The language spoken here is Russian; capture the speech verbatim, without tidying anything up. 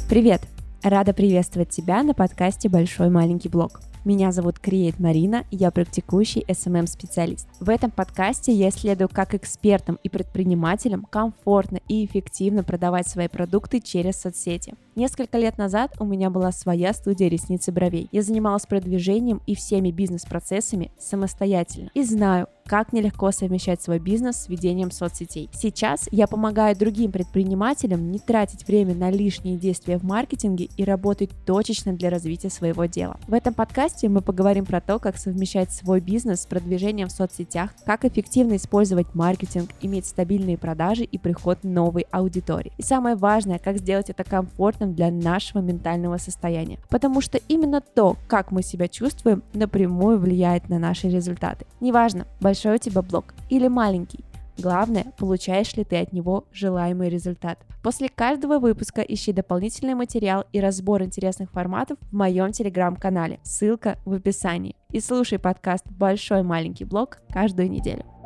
Привет! Рада приветствовать тебя на подкасте «Большой маленький блог». Меня зовут Create Марина, я практикующий эс эм эм-специалист. В этом подкасте я исследую, как экспертам и предпринимателям комфортно и эффективно продавать свои продукты через соцсети. Несколько лет назад у меня была своя студия ресниц и бровей. Я занималась продвижением и всеми бизнес-процессами самостоятельно. И знаю, как нелегко совмещать свой бизнес с ведением соцсетей. Сейчас я помогаю другим предпринимателям не тратить время на лишние действия в маркетинге и работать точечно для развития своего дела. В этом подкасте мы поговорим про то, как совмещать свой бизнес с продвижением в соцсетях, как эффективно использовать маркетинг, иметь стабильные продажи и приход новой аудитории. И самое важное, как сделать это комфортным для нашего ментального состояния. Потому что именно то, как мы себя чувствуем, напрямую влияет на наши результаты. Неважно, большой у тебя блог или маленький. Главное, получаешь ли ты от него желаемый результат. После каждого выпуска ищи дополнительный материал и разбор интересных форматов в моем телеграм-канале. Ссылка в описании. И слушай подкаст «Большой маленький блог» каждую неделю.